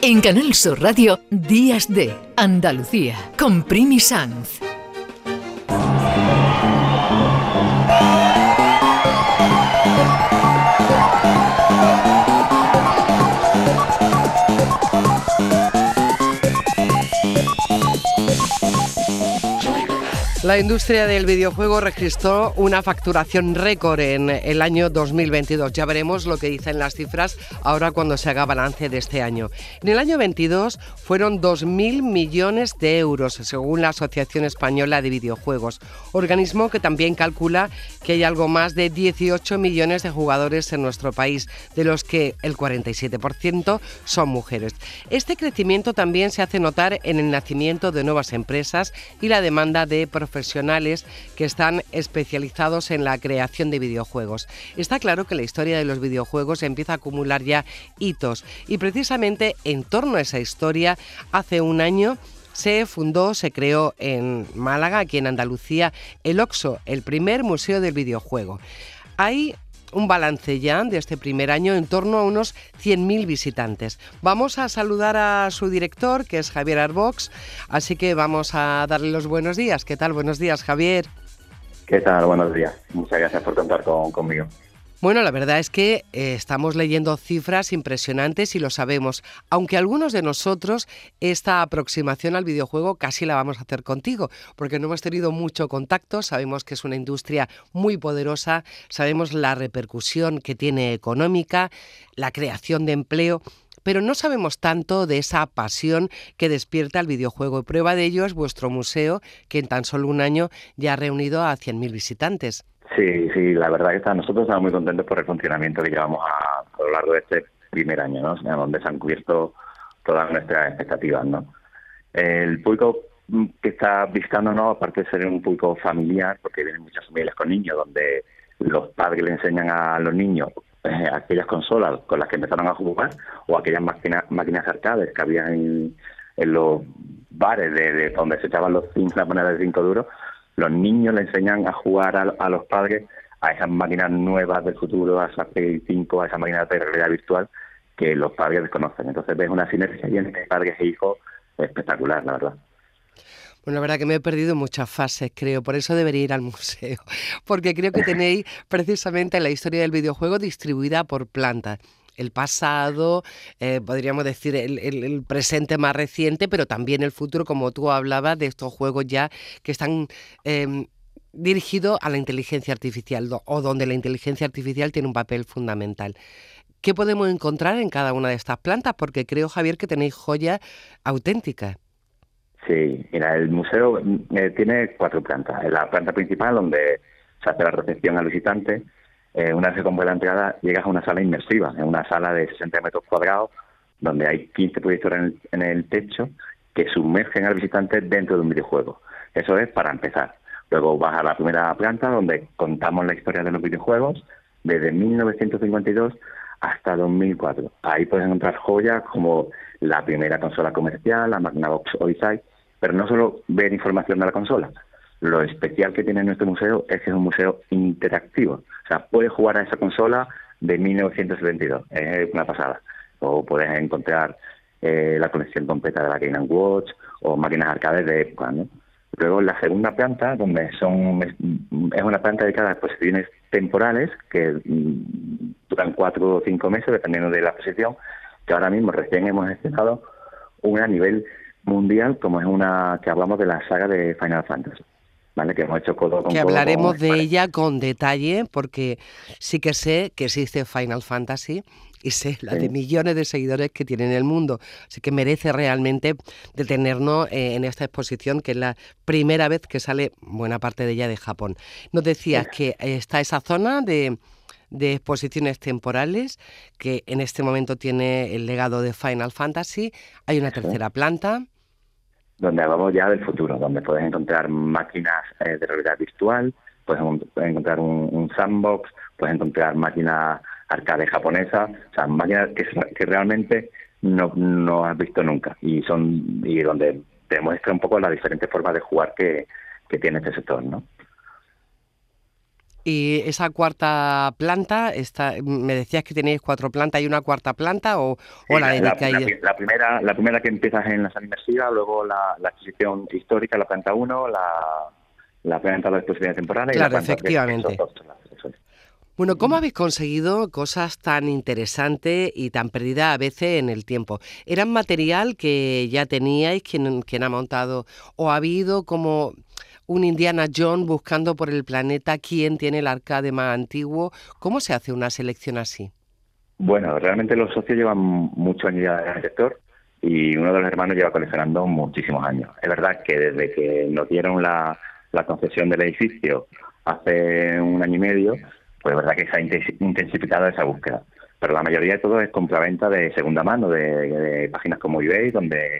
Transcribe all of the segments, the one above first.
En Canal Sur Radio, Días de Andalucía, con Primi Sanz. La industria del videojuego registró una facturación récord en el año 2022. Ya veremos lo que dicen las cifras ahora cuando se haga balance de este año. En el año 22 fueron 2.000 millones de euros, según la Asociación Española de Videojuegos, organismo que también calcula que hay algo más de 18 millones de jugadores en nuestro país, de los que el 47% son mujeres. Este crecimiento también se hace notar en el nacimiento de nuevas empresas y la demanda de profesionales que están especializados en la creación de videojuegos. Está claro que la historia de los videojuegos empieza a acumular ya hitos y precisamente en torno a esa historia, hace un año se creó en Málaga, aquí en Andalucía, el OXO, el primer museo del videojuego. Hay un balance ya de este primer año en torno a unos 100.000 visitantes. Vamos a saludar a su director, que es Javier Arbox, así que vamos a darle los buenos días. ¿Qué tal? Buenos días, Javier. ¿Qué tal? Buenos días. Muchas gracias por contar conmigo. Bueno, la verdad es que estamos leyendo cifras impresionantes y lo sabemos, aunque algunos de nosotros esta aproximación al videojuego casi la vamos a hacer contigo, porque no hemos tenido mucho contacto, sabemos que es una industria muy poderosa, sabemos la repercusión que tiene económica, la creación de empleo, pero no sabemos tanto de esa pasión que despierta el videojuego. Y prueba de ello es vuestro museo, que en tan solo un año ya ha reunido a 100.000 visitantes. Sí, la verdad que nosotros estamos muy contentos por el funcionamiento que llevamos a lo largo de este primer año, ¿no? Donde se han cubierto todas nuestras expectativas, ¿no? El público que está visitándonos, aparte de ser un público familiar, porque vienen muchas familias con niños, donde los padres le enseñan a los niños aquellas consolas con las que empezaron a jugar, o aquellas máquinas arcades que había en los bares de donde se echaban las monedas de 5 duros. Los niños le enseñan a jugar a los padres a esas máquinas nuevas del futuro, a esas Play 5, a esas máquinas de realidad virtual que los padres desconocen. Entonces ves una sinergia entre padres e hijos espectacular, la verdad. Bueno, la verdad que me he perdido muchas fases, creo, por eso debería ir al museo, porque creo que tenéis precisamente la historia del videojuego distribuida por plantas. El pasado, podríamos decir el presente más reciente, pero también el futuro, como tú hablabas, de estos juegos ya que están dirigidos a la inteligencia artificial o donde la inteligencia artificial tiene un papel fundamental. ¿Qué podemos encontrar en cada una de estas plantas? Porque creo, Javier, que tenéis joyas auténticas. Sí, mira, el museo tiene 4 plantas. En la planta principal, donde se hace la recepción al visitante, una vez que compras la entrada, llegas a una sala inmersiva, en una sala de 60 metros cuadrados, donde hay 15 proyectores en el techo que sumergen al visitante dentro de un videojuego. Eso es para empezar. Luego vas a la primera planta, donde contamos la historia de los videojuegos, desde 1952 hasta 2004. Ahí puedes encontrar joyas como la primera consola comercial, la Magnavox Odyssey, pero no solo ver información de la consola. Lo especial que tiene nuestro museo es que es un museo interactivo. O sea, puedes jugar a esa consola de 1972. Es una pasada. O puedes encontrar la colección completa de la Game & Watch o máquinas arcades de época, ¿no? Luego la segunda planta, donde es una planta dedicada a exposiciones temporales que duran 4 o 5 meses, dependiendo de la exposición, que ahora mismo recién hemos estrenado una a nivel mundial, como es una que hablamos de la saga de Final Fantasy, ¿vale? Que hemos hecho codo con que codo. Hablaremos de ella con detalle, porque sí que sé que existe Final Fantasy y sé la de millones de seguidores que tiene en el mundo. Así que merece realmente detenernos en esta exposición, que es la primera vez que sale buena parte de ella de Japón. Nos decías que está esa zona de exposiciones temporales, que en este momento tiene el legado de Final Fantasy. Hay una tercera planta, donde hablamos ya del futuro, donde puedes encontrar máquinas de realidad virtual, puedes encontrar un sandbox, puedes encontrar máquinas arcade japonesas, o sea, máquinas que realmente no has visto nunca, y donde te muestra un poco las diferentes formas de jugar que tiene este sector, ¿no? Y esa cuarta planta, me decías que tenéis 4 plantas, ¿hay una cuarta planta o Sí, la dedicáis? la primera que empiezas en la sala inmersiva, luego la exposición histórica, la planta uno, la planta de exposiciones temporales y la Claro, planta 3, que son efectivamente. dos. Eso es. Bueno, ¿cómo habéis conseguido cosas tan interesantes y tan perdidas a veces en el tiempo? ¿Eran material que ya teníais, quien ha montado, o ha habido como un Indiana Jones buscando por el planeta quién tiene el arcade más antiguo? ¿Cómo se hace una selección así? Bueno, realmente los socios llevan muchos años ya en el sector y uno de los hermanos lleva coleccionando muchísimos años. Es verdad que desde que nos dieron la concesión del edificio hace un año y medio, pues es verdad que se ha intensificado esa búsqueda. Pero la mayoría de todo es compraventa de segunda mano, de páginas como eBay, donde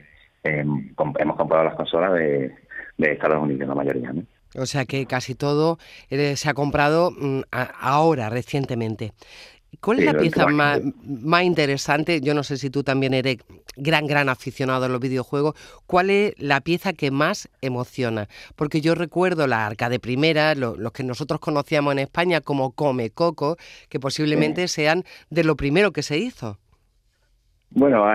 hemos comprado las consolas de Estados Unidos, la mayoría, ¿no? O sea que casi todo se ha comprado ahora, recientemente. ¿Cuál es Sí, la lo pieza último año. más interesante? Yo no sé si tú también eres gran aficionado a los videojuegos. ¿Cuál es la pieza que más emociona? Porque yo recuerdo la arcade primera, los que nosotros conocíamos en España como Come Coco, que Sí. posiblemente sean de lo primero que se hizo. Bueno,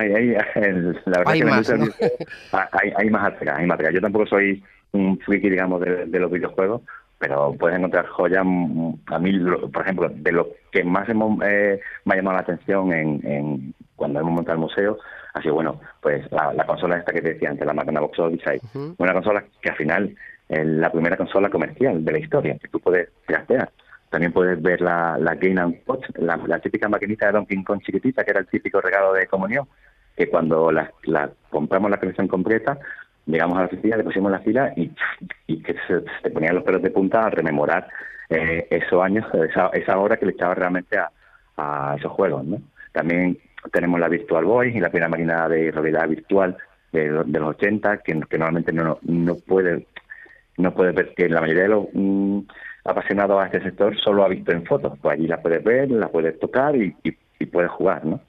la verdad es Hay que la más, industria ¿no? del videojuego hay más atrás, hay más atrás. Yo tampoco soy un friki, digamos, de los videojuegos, pero puedes encontrar joyas. A mí, por ejemplo, de lo que más me ha llamado la atención cuando hemos montado el museo, ha sido, bueno, pues la consola esta que te decía antes, la Magnavox Odyssey. Ujú. Una consola que al final es la primera consola comercial de la historia, que tú puedes trastear. También puedes ver la Game & Watch, la típica maquinita de Donkey Kong chiquitita, que era el típico regalo de comunión, que cuando la compramos la colección completa, llegamos a la oficina, le pusimos la fila y que se te ponían los pelos de punta al rememorar esos años, esa hora que le echaba realmente a esos juegos, ¿no? También tenemos la Virtual Boy y la primera máquina de realidad virtual de los 80, que normalmente no puede ver, que la mayoría de los apasionados a este sector solo ha visto en fotos. Pues allí la puedes ver, la puedes tocar y puedes jugar, ¿no?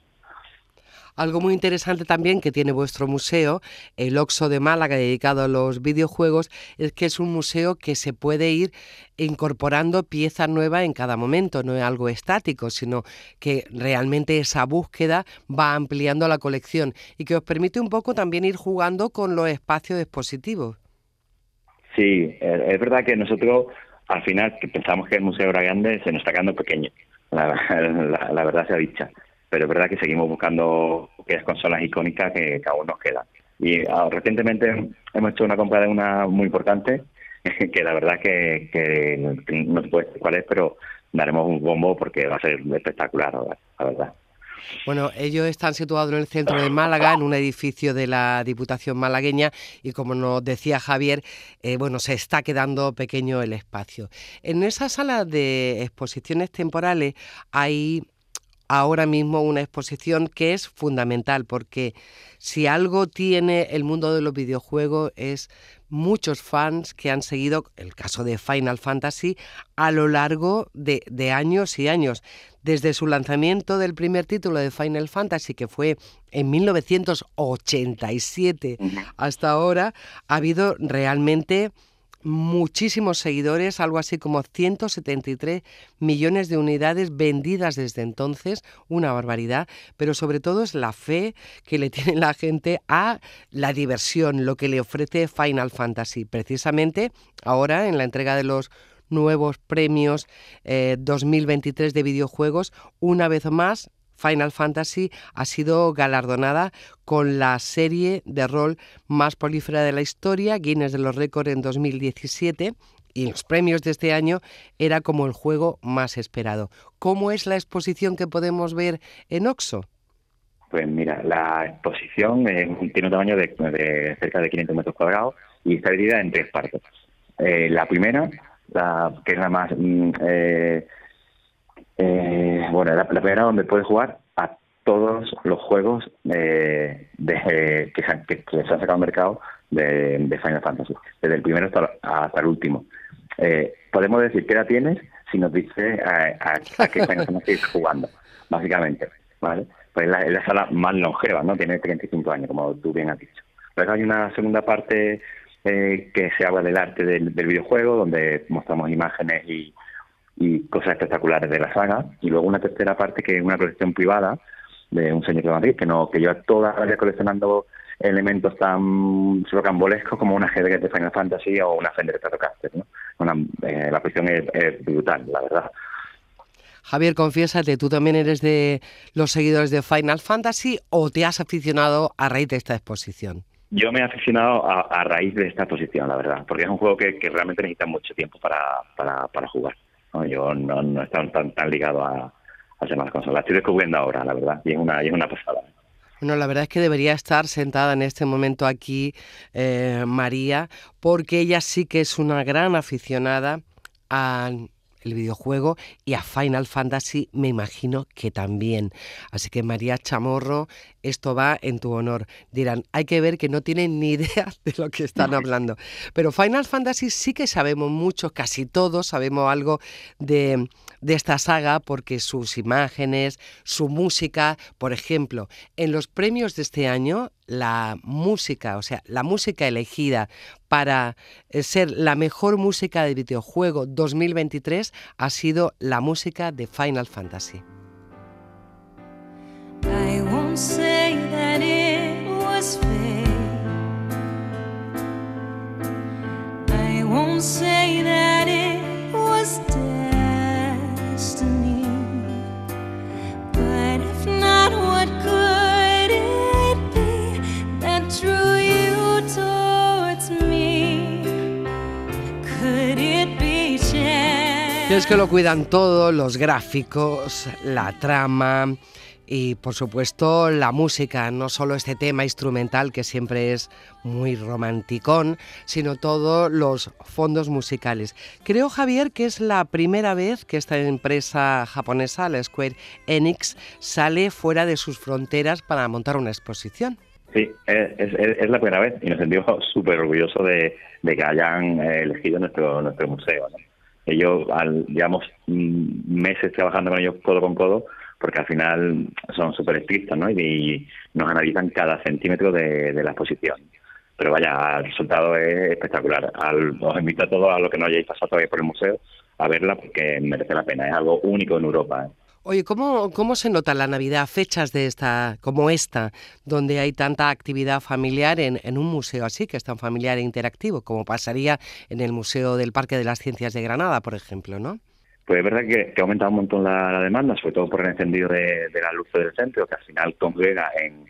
Algo muy interesante también que tiene vuestro museo, el Oxo de Málaga, dedicado a los videojuegos, es que es un museo que se puede ir incorporando piezas nuevas en cada momento, no es algo estático, sino que realmente esa búsqueda va ampliando la colección y que os permite un poco también ir jugando con los espacios expositivos. Sí, es verdad que nosotros al final que pensamos que el museo era grande, se nos está quedando pequeño. La verdad sea dicha. Pero es verdad que seguimos buscando aquellas consolas icónicas que aún nos quedan. Y recientemente hemos hecho una compra de una muy importante, que la verdad que no te puedo decir cuál es, pero daremos un bombo porque va a ser espectacular, la verdad. Bueno, ellos están situados en el centro de Málaga, en un edificio de la Diputación malagueña y como nos decía Javier, bueno, se está quedando pequeño el espacio. En esa sala de exposiciones temporales hay ahora mismo una exposición que es fundamental porque si algo tiene el mundo de los videojuegos es muchos fans que han seguido el caso de Final Fantasy a lo largo de años y años. Desde su lanzamiento del primer título de Final Fantasy, que fue en 1987, hasta ahora, ha habido realmente muchísimos seguidores, algo así como 173 millones de unidades vendidas desde entonces, una barbaridad, pero sobre todo es la fe que le tiene la gente a la diversión, lo que le ofrece Final Fantasy. Precisamente ahora en la entrega de los nuevos premios 2023 de videojuegos, una vez más Final Fantasy ha sido galardonada con la serie de rol más prolífera de la historia, Guinness de los Récords en 2017, y los premios de este año era como el juego más esperado. ¿Cómo es la exposición que podemos ver en Oxo? Pues mira, la exposición tiene un tamaño de cerca de 500 metros cuadrados y está dividida en 3 partes. La primera, que es la más... bueno, la primera donde puedes jugar a todos los juegos que se han sacado al mercado de Final Fantasy, desde el primero hasta el último. Podemos decir qué edad tienes si nos dices a qué Final Fantasy estás jugando, básicamente, ¿vale? Pues es la sala más longeva, ¿no? Tiene 35 años, como tú bien has dicho. Luego hay una segunda parte que se habla del arte del videojuego, donde mostramos imágenes y y cosas espectaculares de la saga. Y luego una tercera parte que es una colección privada de un señor de Madrid que lleva toda la vida coleccionando elementos tan rocambolescos como un ajedrez de Final Fantasy o una Fender Stratocaster, ¿no? La colección es brutal, la verdad. Javier, confiésate, ¿tú también eres de los seguidores de Final Fantasy o te has aficionado a raíz de esta exposición? Yo me he aficionado a raíz de esta exposición, la verdad, porque es un juego que realmente necesita mucho tiempo para jugar, ¿no? Yo no he estado tan ligado a las demás consolas. La estoy descubriendo ahora, la verdad, y es una pasada. Bueno, la verdad es que debería estar sentada en este momento aquí María, porque ella sí que es una gran aficionada al videojuego y a Final Fantasy, me imagino que también. Así que María Chamorro, esto va en tu honor. Dirán, hay que ver que no tienen ni idea de lo que están hablando. Pero Final Fantasy sí que sabemos mucho, casi todos sabemos algo de esta saga, porque sus imágenes, su música, por ejemplo, en los premios de este año, la música, o sea, la música elegida para ser la mejor música de videojuego 2023 ha sido la música de Final Fantasy. I won't say that it was fate. I won't say that it was destiny. But if not, what could it be that drew you towards me? Could it be chance? Es que lo cuidan todo, los gráficos, la trama y por supuesto la música, no solo este tema instrumental que siempre es muy romanticón, sino todos los fondos musicales. Creo, Javier, que es la primera vez que esta empresa japonesa, la Square Enix, sale fuera de sus fronteras para montar una exposición. Sí, es la primera vez y nos sentimos súper orgullosos de que hayan elegido nuestro museo, ¿no? Ellos llevamos meses trabajando con ellos codo con codo, porque al final son súper estrictos, ¿no? Y nos analizan cada centímetro de la exposición. Pero vaya, el resultado es espectacular. Os invito a todos, a los que no hayáis pasado todavía por el museo, a verla porque merece la pena. Es algo único en Europa, ¿eh? Oye, ¿cómo se nota la Navidad, fechas de como esta, donde hay tanta actividad familiar en un museo así, que es tan familiar e interactivo, como pasaría en el Museo del Parque de las Ciencias de Granada, por ejemplo, ¿no? Pues es verdad que ha aumentado un montón la demanda, sobre todo por el encendido de la luz del centro, que al final congrega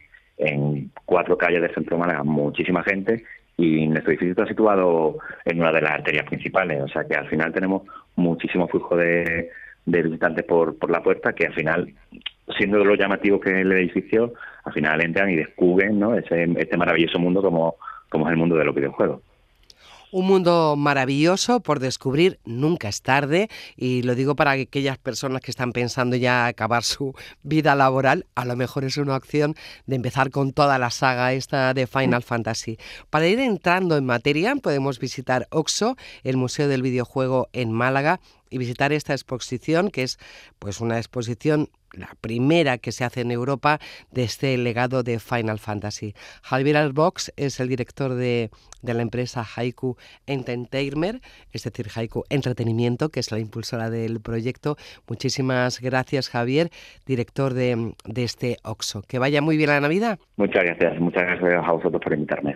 en 4 calles del centro de Málaga muchísima gente, y nuestro edificio está situado en una de las arterias principales, o sea que al final tenemos muchísimo flujo de visitantes por la puerta, que al final, siendo lo llamativo que es el edificio, al final entran y descubren, ¿no?, este maravilloso mundo como es el mundo de los videojuegos. Un mundo maravilloso por descubrir, nunca es tarde, y lo digo para aquellas personas que están pensando ya acabar su vida laboral, a lo mejor es una opción de empezar con toda la saga esta de Final Fantasy. Para ir entrando en materia, podemos visitar OXXO, el Museo del Videojuego en Málaga, y visitar esta exposición, que es pues una exposición, la primera que se hace en Europa de este legado de Final Fantasy. Javier Albox es el director de la empresa Haiku Entertainment, es decir, Haiku Entretenimiento, que es la impulsora del proyecto. Muchísimas gracias, Javier, director de este OXXO. Que vaya muy bien la Navidad. Muchas gracias a vosotros por invitarme.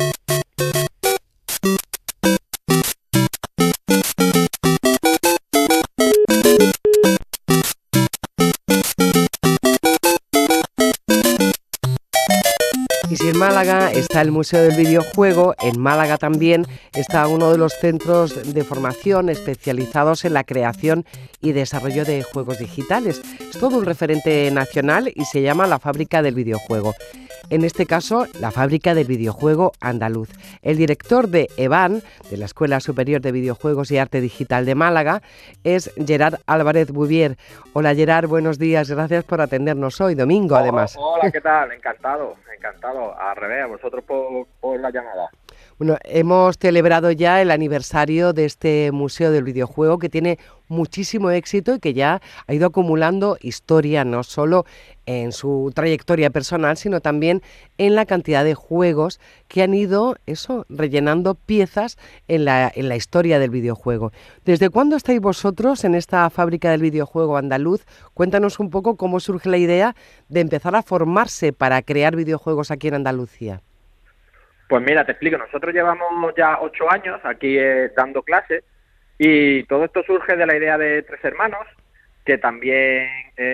Si en Málaga está el Museo del Videojuego, en Málaga también está uno de los centros de formación especializados en la creación y desarrollo de juegos digitales. Es todo un referente nacional y se llama la Fábrica del Videojuego. En este caso, la Fábrica del Videojuego Andaluz. El director de EVAN, de la Escuela Superior de Videojuegos y Arte Digital de Málaga, es Gerard Álvarez Bouvier. Hola Gerard, buenos días, gracias por atendernos hoy, domingo además. Hola, ¿qué tal? Encantado. Al revés, a vosotros por la llamada. Bueno, hemos celebrado ya el aniversario de este Museo del Videojuego que tiene muchísimo éxito y que ya ha ido acumulando historia no solo en su trayectoria personal, sino también en la cantidad de juegos que han ido rellenando piezas en la historia del videojuego. ¿Desde cuándo estáis vosotros en esta fábrica del videojuego andaluz? Cuéntanos un poco cómo surge la idea de empezar a formarse para crear videojuegos aquí en Andalucía. Pues mira, te explico, nosotros llevamos ya 8 años aquí dando clases y todo esto surge de la idea de 3 hermanos que también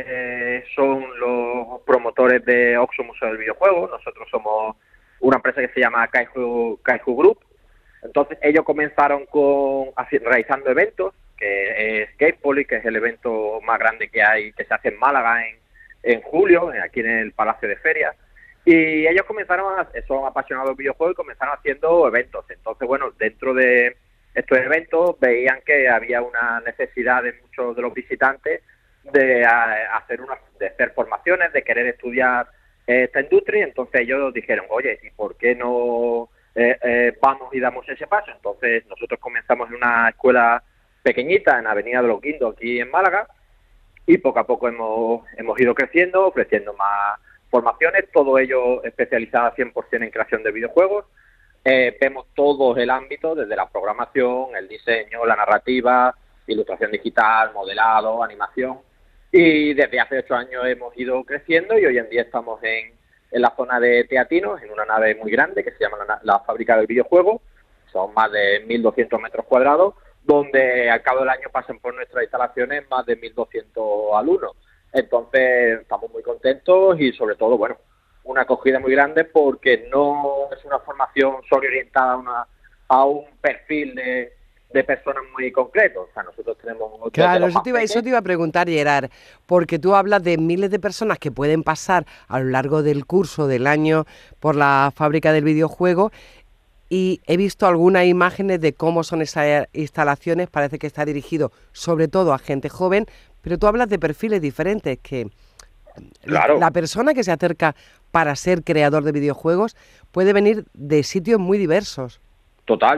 son los promotores de Oxo Museo del Videojuego. Nosotros somos una empresa que se llama Kaiju Group. Entonces ellos comenzaron realizando eventos, que es Gamepolis, que es el evento más grande que hay, que se hace en Málaga en julio, aquí en el Palacio de Ferias. Y ellos son apasionados de videojuegos y comenzaron haciendo eventos. Entonces, bueno, dentro de estos eventos veían que había una necesidad de muchos de los visitantes de hacer formaciones, de querer estudiar esta industria. Y entonces ellos dijeron, oye, ¿y por qué no vamos y damos ese paso? Entonces nosotros comenzamos en una escuela pequeñita en Avenida de los Guindos, aquí en Málaga, y poco a poco hemos ido creciendo, ofreciendo más formaciones, todo ello especializado 100% en creación de videojuegos. Vemos todo el ámbito, desde la programación, el diseño, la narrativa, ilustración digital, modelado, animación. Y desde hace 8 años hemos ido creciendo y hoy en día estamos en la zona de Teatinos, en una nave muy grande que se llama la fábrica del videojuego. Son más de 1.200 metros cuadrados, donde al cabo del año pasan por nuestras instalaciones más de 1.200 alumnos. Entonces estamos muy contentos y sobre todo, bueno, una acogida muy grande porque no es una formación solo orientada a un perfil de personas muy concretos. O sea, nosotros tenemos... Claro, eso te iba a preguntar, Gerard, porque tú hablas de miles de personas que pueden pasar a lo largo del curso del año por la fábrica del videojuego y he visto algunas imágenes de cómo son esas instalaciones, parece que está dirigido sobre todo a gente joven, pero tú hablas de perfiles diferentes, que claro, la persona que se acerca para ser creador de videojuegos puede venir de sitios muy diversos. Total.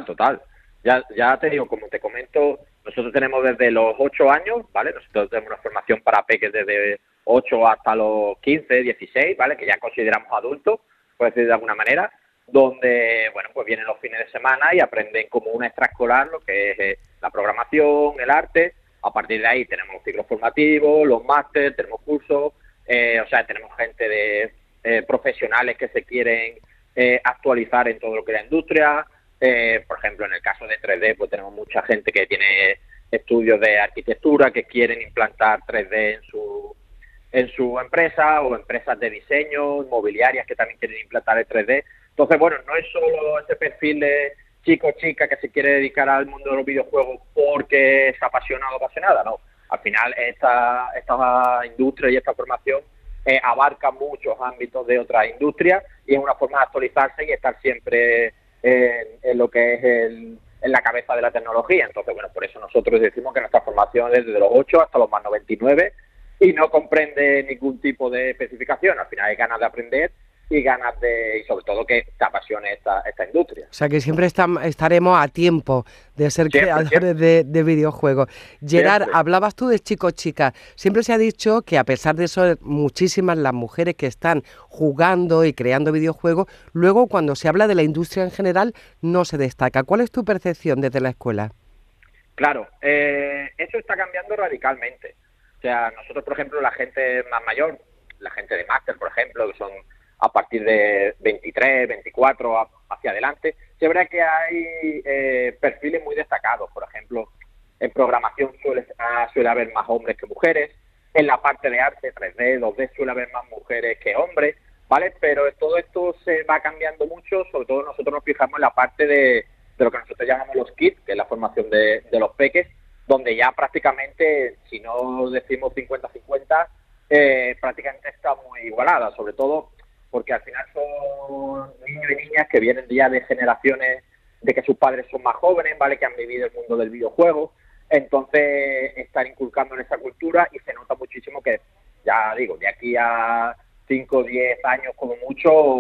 Ya te digo, como te comento, nosotros tenemos desde los 8 años, ¿vale? Nosotros tenemos una formación para peques desde 8 hasta los 15, 16, ¿vale? Que ya consideramos adultos, por decir de alguna manera, donde, bueno, pues vienen los fines de semana y aprenden como una extraescolar lo que es la programación, el arte. A partir de ahí tenemos los ciclos formativos, los másteres, tenemos cursos, o sea, tenemos gente de profesionales que se quieren actualizar en todo lo que es la industria. Por ejemplo, en el caso de 3D, pues tenemos mucha gente que tiene estudios de arquitectura que quieren implantar 3D en su empresa, o empresas de diseño, inmobiliarias que también quieren implantar el 3D. Entonces, bueno, no es solo ese perfil de chico o chica que se quiere dedicar al mundo de los videojuegos porque es apasionado o apasionada, no. Al final, esta industria y esta formación abarca muchos ámbitos de otras industrias y es una forma de actualizarse y estar siempre en lo que es en la cabeza de la tecnología. Entonces, bueno, por eso nosotros decimos que nuestra formación es desde los 8 hasta los más 99 y no comprende ningún tipo de especificación. Al final hay ganas de aprender y sobre todo que te apasione esta industria. O sea que siempre estaremos a tiempo de ser creadores de videojuegos. Gerard, siempre. Hablabas tú de chicos chicas. Siempre se ha dicho que a pesar de eso, muchísimas las mujeres que están jugando y creando videojuegos, luego cuando se habla de la industria en general no se destaca. ¿Cuál es tu percepción desde la escuela? Claro, eso está cambiando radicalmente. O sea, nosotros, por ejemplo, la gente más mayor, la gente de máster, por ejemplo, que son a partir de 23, 24 hacia adelante, se verá que hay perfiles muy destacados. Por ejemplo, en programación suele haber más hombres que mujeres, en la parte de arte 3D, 2D suele haber más mujeres que hombres, ¿vale? Pero todo esto se va cambiando mucho, sobre todo nosotros nos fijamos en la parte de lo que nosotros llamamos los kits, que es la formación de los peques, donde ya prácticamente, si no decimos 50-50, prácticamente está muy igualada, sobre todo porque al final son niños y niñas que vienen ya de generaciones de que sus padres son más jóvenes, ¿vale? Que han vivido el mundo del videojuego. Entonces están inculcando en esa cultura y se nota muchísimo que, ya digo, de aquí a 5 o 10 años como mucho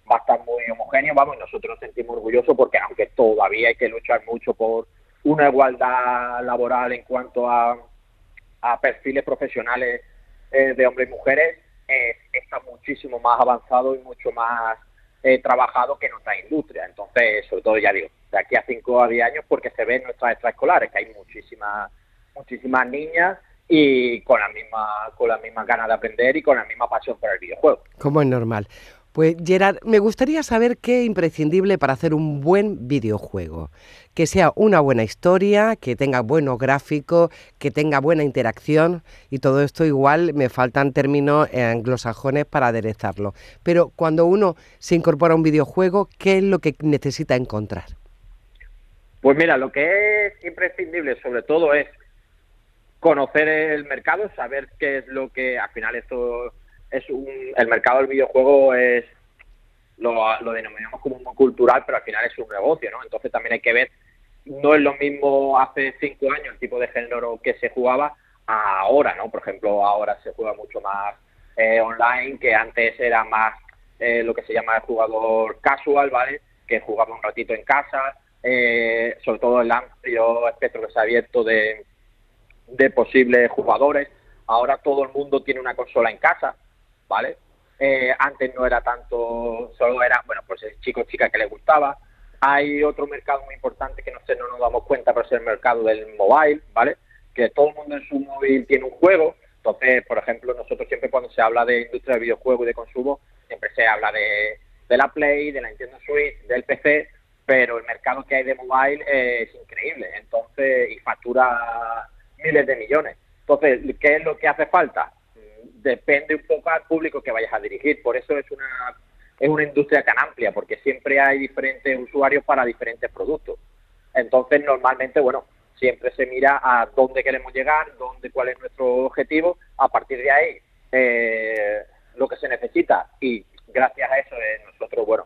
va a estar muy homogéneo, vamos, y nosotros nos sentimos orgullosos porque aunque todavía hay que luchar mucho por una igualdad laboral en cuanto a perfiles profesionales de hombres y mujeres, está muchísimo más avanzado y mucho más trabajado que en otras industrias. Entonces, sobre todo, ya digo, de aquí a 5 o 10 años, porque se ve en nuestras extraescolares que hay muchísimas niñas y con la misma ganas de aprender y con la misma pasión por el videojuego. Como es normal. Pues Gerard, me gustaría saber qué es imprescindible para hacer un buen videojuego. Que sea una buena historia, que tenga buenos gráficos, que tenga buena interacción y todo esto igual me faltan términos anglosajones para aderezarlo. Pero cuando uno se incorpora a un videojuego, ¿qué es lo que necesita encontrar? Pues mira, lo que es imprescindible sobre todo es conocer el mercado, saber qué es lo que al final esto el mercado del videojuego es lo denominamos como muy cultural, pero al final es un negocio, ¿no? Entonces también hay que ver, no es lo mismo hace 5 años el tipo de género que se jugaba a ahora, ¿no? Por ejemplo, ahora se juega mucho más online, que antes era más lo que se llama el jugador casual, ¿vale? Que jugaba un ratito en casa, sobre todo el amplio espectro que se ha abierto de posibles jugadores. Ahora todo el mundo tiene una consola en casa, ¿vale? Antes no era tanto, solo era, bueno, pues el chico o chica que le gustaba. Hay otro mercado muy importante que no nos damos cuenta, pero es el mercado del mobile, ¿vale? Que todo el mundo en su móvil tiene un juego. Entonces, por ejemplo, nosotros siempre cuando se habla de industria de videojuegos y de consumo, siempre se habla de la Play, de la Nintendo Switch, del PC, pero el mercado que hay de mobile es increíble. Entonces, y factura miles de millones. Entonces, ¿qué es lo que hace falta? Depende un poco al público que vayas a dirigir. Por eso es una industria tan amplia, porque siempre hay diferentes usuarios para diferentes productos. Entonces, normalmente, bueno, siempre se mira a dónde queremos llegar, cuál es nuestro objetivo. A partir de ahí, lo que se necesita, y gracias a eso nosotros, bueno,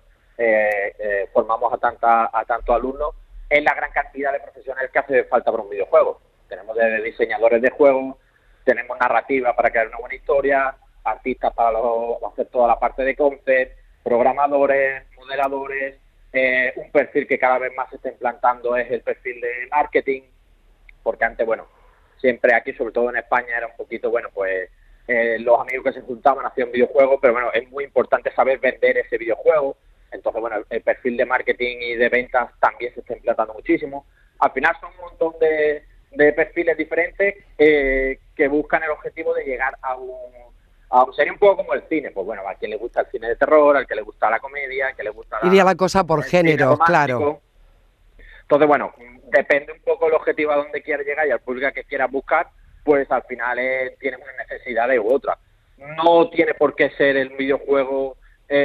formamos a tantos alumnos, es la gran cantidad de profesionales que hace falta para un videojuego. Tenemos desde diseñadores de juegos, tenemos narrativa para crear una buena historia, artistas para hacer toda la parte de concept, programadores, modeladores, un perfil que cada vez más se está implantando es el perfil de marketing, porque antes, bueno, siempre aquí, sobre todo en España, era un poquito, bueno, pues los amigos que se juntaban hacían videojuegos, pero bueno, es muy importante saber vender ese videojuego. Entonces, bueno, el perfil de marketing y de ventas también se está implantando muchísimo. Al final son un montón de perfiles diferentes que buscan el objetivo de llegar a un sería un poco como el cine, pues bueno, a quien le gusta el cine de terror, al que le gusta la comedia, al que le gusta iría la cosa por género, claro. Entonces, bueno, depende un poco el objetivo a donde quieras llegar y al público que quieras buscar, pues al final tienes una necesidad u otra. No tiene por qué ser el videojuego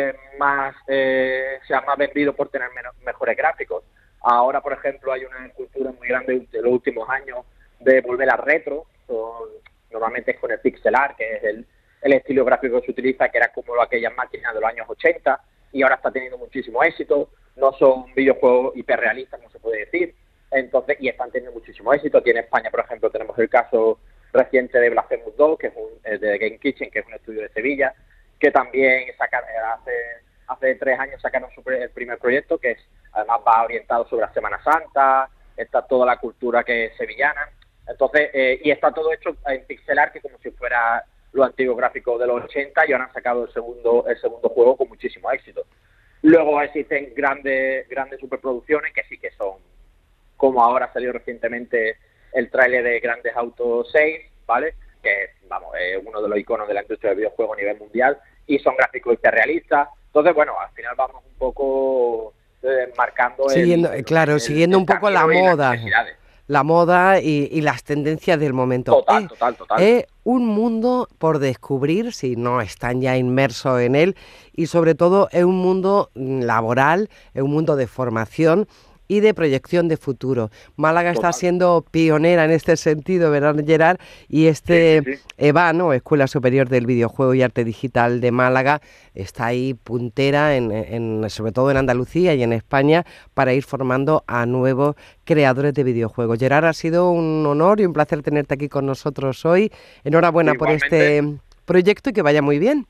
sea más vendido por tener mejores gráficos. Ahora, por ejemplo, hay una cultura muy grande de los últimos años de volver a retro. Normalmente es con el pixel art, que es el estilo gráfico que se utiliza, que era como aquellas máquinas de los años 80, y ahora está teniendo muchísimo éxito. No son videojuegos hiperrealistas, como se puede decir, entonces, y están teniendo muchísimo éxito. Aquí en España, por ejemplo, tenemos el caso reciente de Blasphemous 2, que es de Game Kitchen, que es un estudio de Sevilla, que también hace 3 años sacaron el primer proyecto, que además va orientado sobre la Semana Santa, está toda la cultura que es sevillana. Entonces, y está todo hecho en pixel art, que como si fuera los antiguos gráficos de los 80, y ahora han sacado el segundo juego con muchísimo éxito. Luego existen grandes superproducciones que sí que son, como ahora ha salido recientemente el tráiler de Grandes Auto 6, ¿vale? Que vamos, es uno de los iconos de la industria del videojuego a nivel mundial, y son gráficos hiperrealistas. Entonces, bueno, al final vamos un poco marcando siguiendo un poco la moda y las tendencias del momento. Total. Es un mundo por descubrir, si no están ya inmersos en él, y sobre todo es un mundo laboral, es un mundo de formación y de proyección de futuro. Málaga está siendo pionera en este sentido, ¿verdad, Gerard? Y sí. EVA, ¿no? Escuela Superior del Videojuego y Arte Digital de Málaga, está ahí puntera, sobre todo en Andalucía y en España, para ir formando a nuevos creadores de videojuegos. Gerard, ha sido un honor y un placer tenerte aquí con nosotros hoy. Enhorabuena por este proyecto y que vaya muy bien.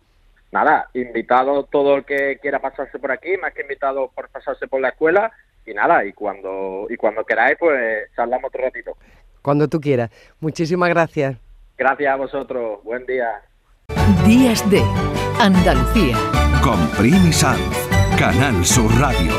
nada, invitado todo el que quiera pasarse por aquí, más que invitado por pasarse por la escuela, y nada, y cuando queráis, pues charlamos otro ratito. Cuando tú quieras. Muchísimas gracias. Gracias a vosotros, buen día. Días de Andalucía. Con Primi Sanz, Canal Sur Radio.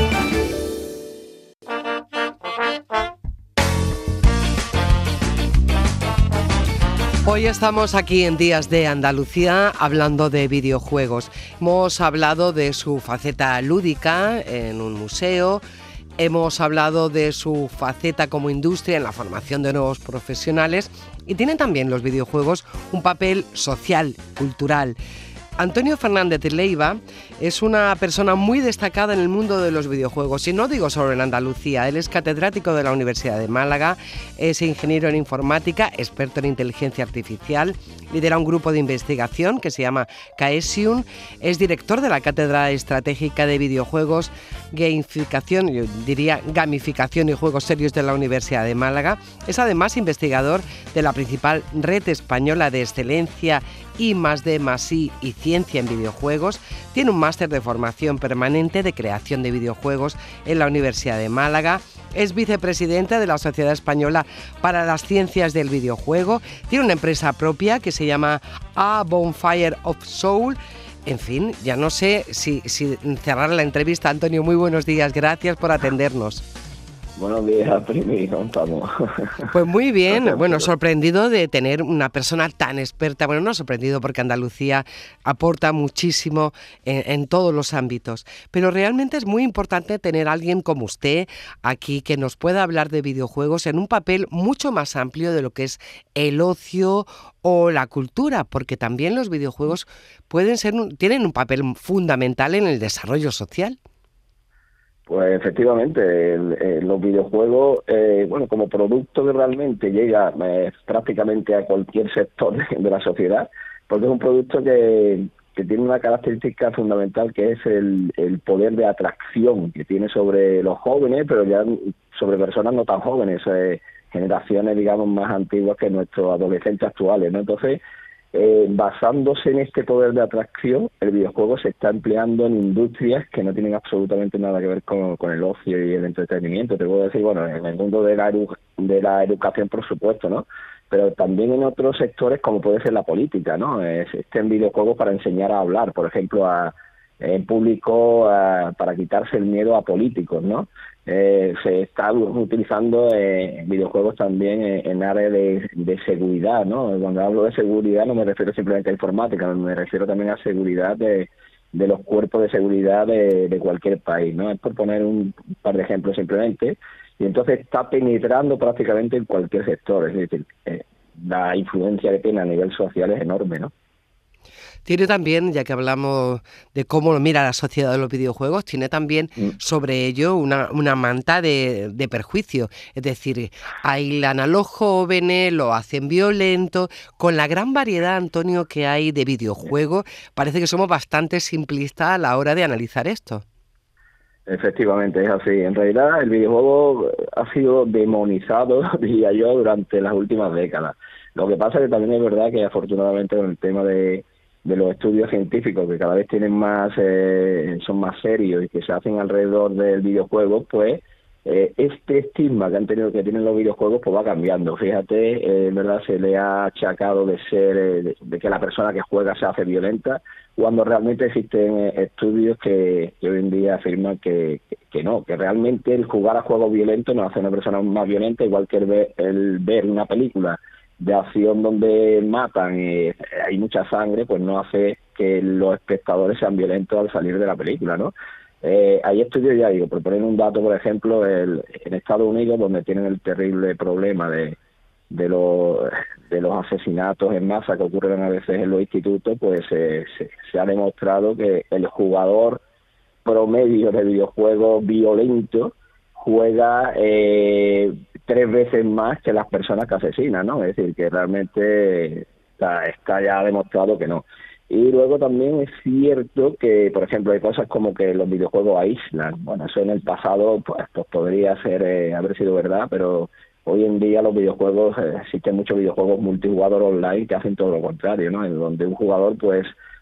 Hoy estamos aquí en Días de Andalucía hablando de videojuegos. Hemos hablado de su faceta lúdica en un museo, hemos hablado de su faceta como industria en la formación de nuevos profesionales y tienen también los videojuegos un papel social, cultural. Antonio Fernández de Leiva es una persona muy destacada en el mundo de los videojuegos, y no digo solo en Andalucía. Él es catedrático de la Universidad de Málaga, es ingeniero en informática, experto en inteligencia artificial, lidera un grupo de investigación que se llama Caesium, es director de la Cátedra Estratégica de Videojuegos, Gamificación, yo diría Gamificación y Juegos Serios de la Universidad de Málaga, es además investigador de la principal red española de excelencia I+D+I y ciencia en videojuegos, tiene un máster de formación permanente de creación de videojuegos en la Universidad de Málaga, es vicepresidente de la Sociedad Española para las Ciencias del Videojuego, tiene una empresa propia que se llama A Bonfire of Soul. En fin, ya no sé si cerrar la entrevista. Antonio, muy buenos días, gracias por atendernos. Buenos días, Primi, ¿cómo estamos? Pues muy bien, bueno, sorprendido de tener una persona tan experta, bueno, no sorprendido porque Andalucía aporta muchísimo en todos los ámbitos, pero realmente es muy importante tener a alguien como usted aquí que nos pueda hablar de videojuegos en un papel mucho más amplio de lo que es el ocio o la cultura, porque también los videojuegos tienen un papel fundamental en el desarrollo social. Pues efectivamente, los videojuegos, bueno, como producto que realmente llega prácticamente a cualquier sector de la sociedad, porque es un producto que tiene una característica fundamental, que es el poder de atracción que tiene sobre los jóvenes, pero ya sobre personas no tan jóvenes, generaciones, digamos, más antiguas que nuestros adolescentes actuales, ¿no? Entonces, basándose en este poder de atracción, el videojuego se está empleando en industrias que no tienen absolutamente nada que ver con el ocio y el entretenimiento. Te puedo decir, bueno, en el mundo de la educación, por supuesto, ¿no? Pero también en otros sectores, como puede ser la política, ¿no? Existen videojuegos para enseñar a hablar, por ejemplo, en público, para quitarse el miedo a políticos, ¿no? Se está utilizando videojuegos también en áreas de seguridad, ¿no? Cuando hablo de seguridad no me refiero simplemente a informática, me refiero también a seguridad de los cuerpos de seguridad de cualquier país, ¿no? Es por poner un par de ejemplos simplemente, y entonces está penetrando prácticamente en cualquier sector, es decir, la influencia que tiene a nivel social es enorme, ¿no? Tiene también, ya que hablamos de cómo lo mira la sociedad de los videojuegos, tiene también sobre ello una manta de perjuicio. Es decir, aislan a los jóvenes, lo hacen violento. Con la gran variedad, Antonio, que hay de videojuegos, parece que somos bastante simplistas a la hora de analizar esto. Efectivamente, es así. En realidad, el videojuego ha sido demonizado, diría yo, durante las últimas décadas. Lo que pasa es que también es verdad que, afortunadamente, con el tema de los estudios científicos, que cada vez tienen son más serios y que se hacen alrededor del videojuego, pues este estigma que tienen los videojuegos pues va cambiando. Fíjate, en verdad se le ha achacado de que la persona que juega se hace violenta, cuando realmente existen estudios que hoy en día afirman que no, que realmente el jugar a juegos violentos nos hace una persona más violenta, igual que el ver una película de acción donde matan y hay mucha sangre, pues no hace que los espectadores sean violentos al salir de la película, ¿no? Hay estudios, ya digo, por poner un dato, por ejemplo, en Estados Unidos, donde tienen el terrible problema de los asesinatos en masa que ocurren a veces en los institutos, pues se ha demostrado que el jugador promedio de videojuegos violentos juega 3 veces más que las personas que asesinan, ¿no? Es decir, que realmente está ya demostrado que no. Y luego también es cierto que, por ejemplo, hay cosas como que los videojuegos aíslan. Bueno, eso en el pasado pues podría haber sido verdad, pero hoy en día los videojuegos, existen muchos videojuegos multijugador online que hacen todo lo contrario, ¿no? En donde un jugador pues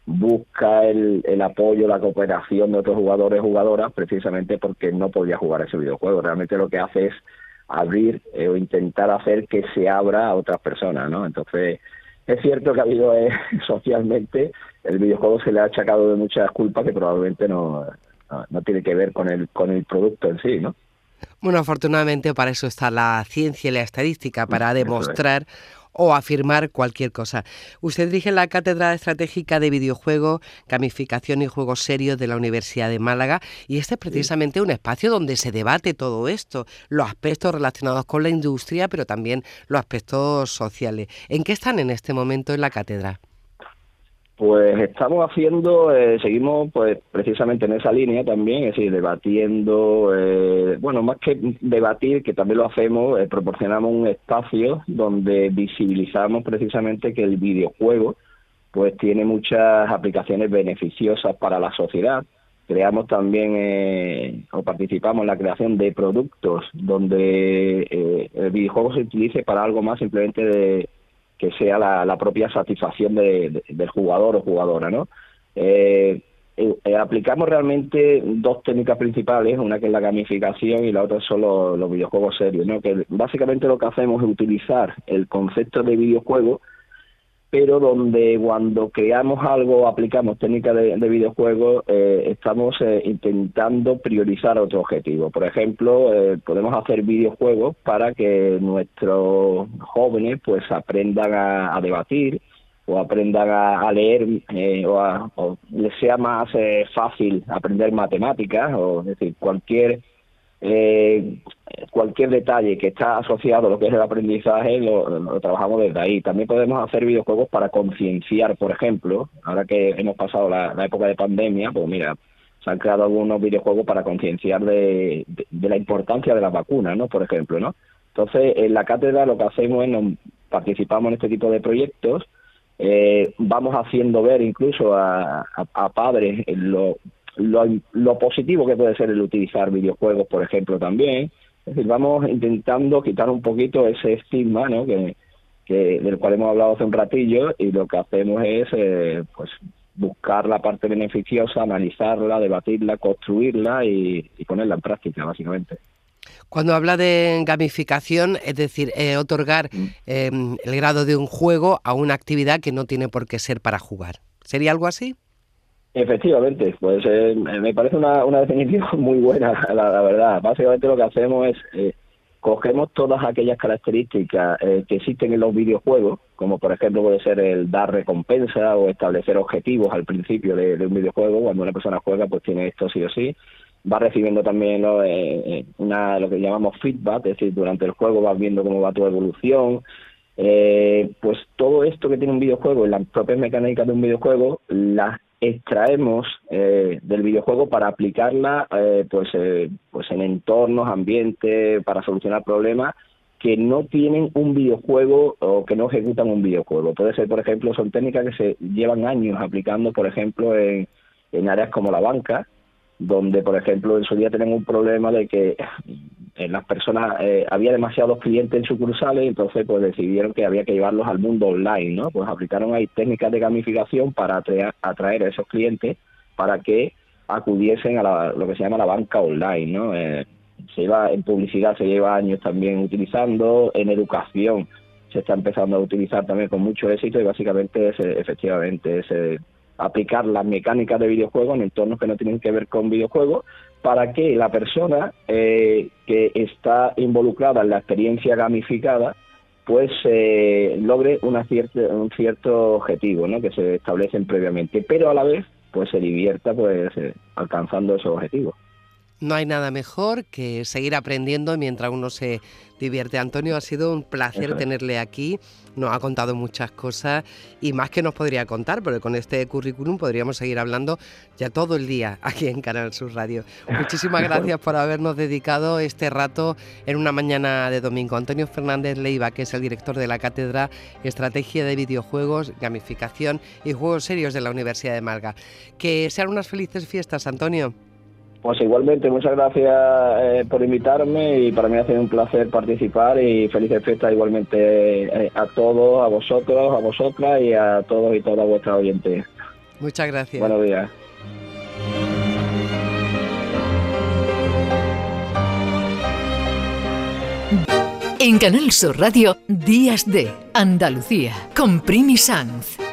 busca el apoyo, la cooperación de otros jugadores, jugadoras, precisamente porque no podía jugar ese videojuego. Realmente lo que hace es abrir o intentar hacer que se abra a otras personas, ¿no? Entonces, es cierto que ha habido socialmente, el videojuego se le ha achacado de muchas culpas que probablemente no tiene que ver con el producto en sí, ¿no? Bueno, afortunadamente para eso está la ciencia y la estadística, para demostrar o afirmar cualquier cosa. Usted dirige la Cátedra Estratégica de Videojuego, Gamificación y Juegos Serios de la Universidad de Málaga, y este es precisamente un espacio donde se debate todo esto, los aspectos relacionados con la industria, pero también los aspectos sociales. ¿En qué están en este momento en la cátedra? Pues estamos seguimos pues precisamente en esa línea también, es decir, debatiendo, más que debatir, que también lo hacemos, proporcionamos un espacio donde visibilizamos precisamente que el videojuego pues tiene muchas aplicaciones beneficiosas para la sociedad. Creamos también o participamos en la creación de productos donde el videojuego se utilice para algo más simplemente que sea la propia satisfacción del jugador o jugadora, ¿no? Aplicamos realmente dos técnicas principales, una que es la gamificación y la otra son los videojuegos serios, ¿no? Que básicamente lo que hacemos es utilizar el concepto de videojuego, pero donde cuando creamos algo, aplicamos técnicas de videojuegos, estamos intentando priorizar otro objetivo. Por ejemplo, podemos hacer videojuegos para que nuestros jóvenes pues aprendan a debatir o aprendan a leer o les sea más fácil aprender matemáticas, o es decir, cualquier detalle que está asociado a lo que es el aprendizaje lo trabajamos desde ahí. También podemos hacer videojuegos para concienciar, por ejemplo, ahora que hemos pasado la época de pandemia, pues mira, se han creado algunos videojuegos para concienciar de la importancia de las vacunas, ¿no? Por ejemplo, ¿no? Entonces, en la cátedra lo que hacemos es participamos en este tipo de proyectos, vamos haciendo ver incluso a padres lo positivo que puede ser el utilizar videojuegos, por ejemplo, también. Es decir, vamos intentando quitar un poquito ese estigma, ¿no? que del cual hemos hablado hace un ratillo, y lo que hacemos es pues buscar la parte beneficiosa, analizarla, debatirla, construirla y ponerla en práctica, básicamente. Cuando habla de gamificación, es decir, otorgar el grado de un juego a una actividad que no tiene por qué ser para jugar. ¿Sería algo así? Efectivamente, pues me parece una definición muy buena, la verdad. Básicamente lo que hacemos es cogemos todas aquellas características que existen en los videojuegos, como por ejemplo puede ser el dar recompensa o establecer objetivos al principio de un videojuego. Cuando una persona juega, pues tiene esto sí o sí. Va recibiendo también lo que llamamos feedback, es decir, durante el juego vas viendo cómo va tu evolución. Pues todo esto que tiene un videojuego y las propias mecánicas de un videojuego las extraemos del videojuego para aplicarla pues en entornos, ambientes, para solucionar problemas que no tienen un videojuego o que no ejecutan un videojuego. Puede ser, por ejemplo, son técnicas que se llevan años aplicando, por ejemplo, en áreas como la banca, donde, por ejemplo, en su día tenemos un problema de que las personas, había demasiados clientes en sucursales, entonces pues decidieron que había que llevarlos al mundo online, ¿no? Pues aplicaron ahí técnicas de gamificación para atraer a esos clientes para que acudiesen a lo que se llama la banca online, ¿no? En publicidad se lleva años también utilizando, en educación se está empezando a utilizar también con mucho éxito, y básicamente efectivamente es aplicar las mecánicas de videojuegos en entornos que no tienen que ver con videojuegos, para que la persona que está involucrada en la experiencia gamificada pues logre un cierto objetivo, ¿no? Que se establecen previamente, pero a la vez pues se divierta pues alcanzando esos objetivos. No hay nada mejor que seguir aprendiendo mientras uno se divierte. Antonio, ha sido un placer tenerle aquí. Nos ha contado muchas cosas y más que nos podría contar, porque con este currículum podríamos seguir hablando ya todo el día aquí en Canal Sur Radio. Muchísimas gracias por habernos dedicado este rato en una mañana de domingo. Antonio Fernández Leiva, que es el director de la Cátedra Estrategia de Videojuegos, Gamificación y Juegos Serios de la Universidad de Málaga. Que sean unas felices fiestas, Antonio. Pues igualmente, muchas gracias por invitarme, y para mí ha sido un placer participar, y felices fiestas igualmente a todos, a vosotros, a vosotras y a todos y todas vuestras oyentes. Muchas gracias. Buenos días. En Canal Sur Radio, Días de Andalucía, con Primi Sanz.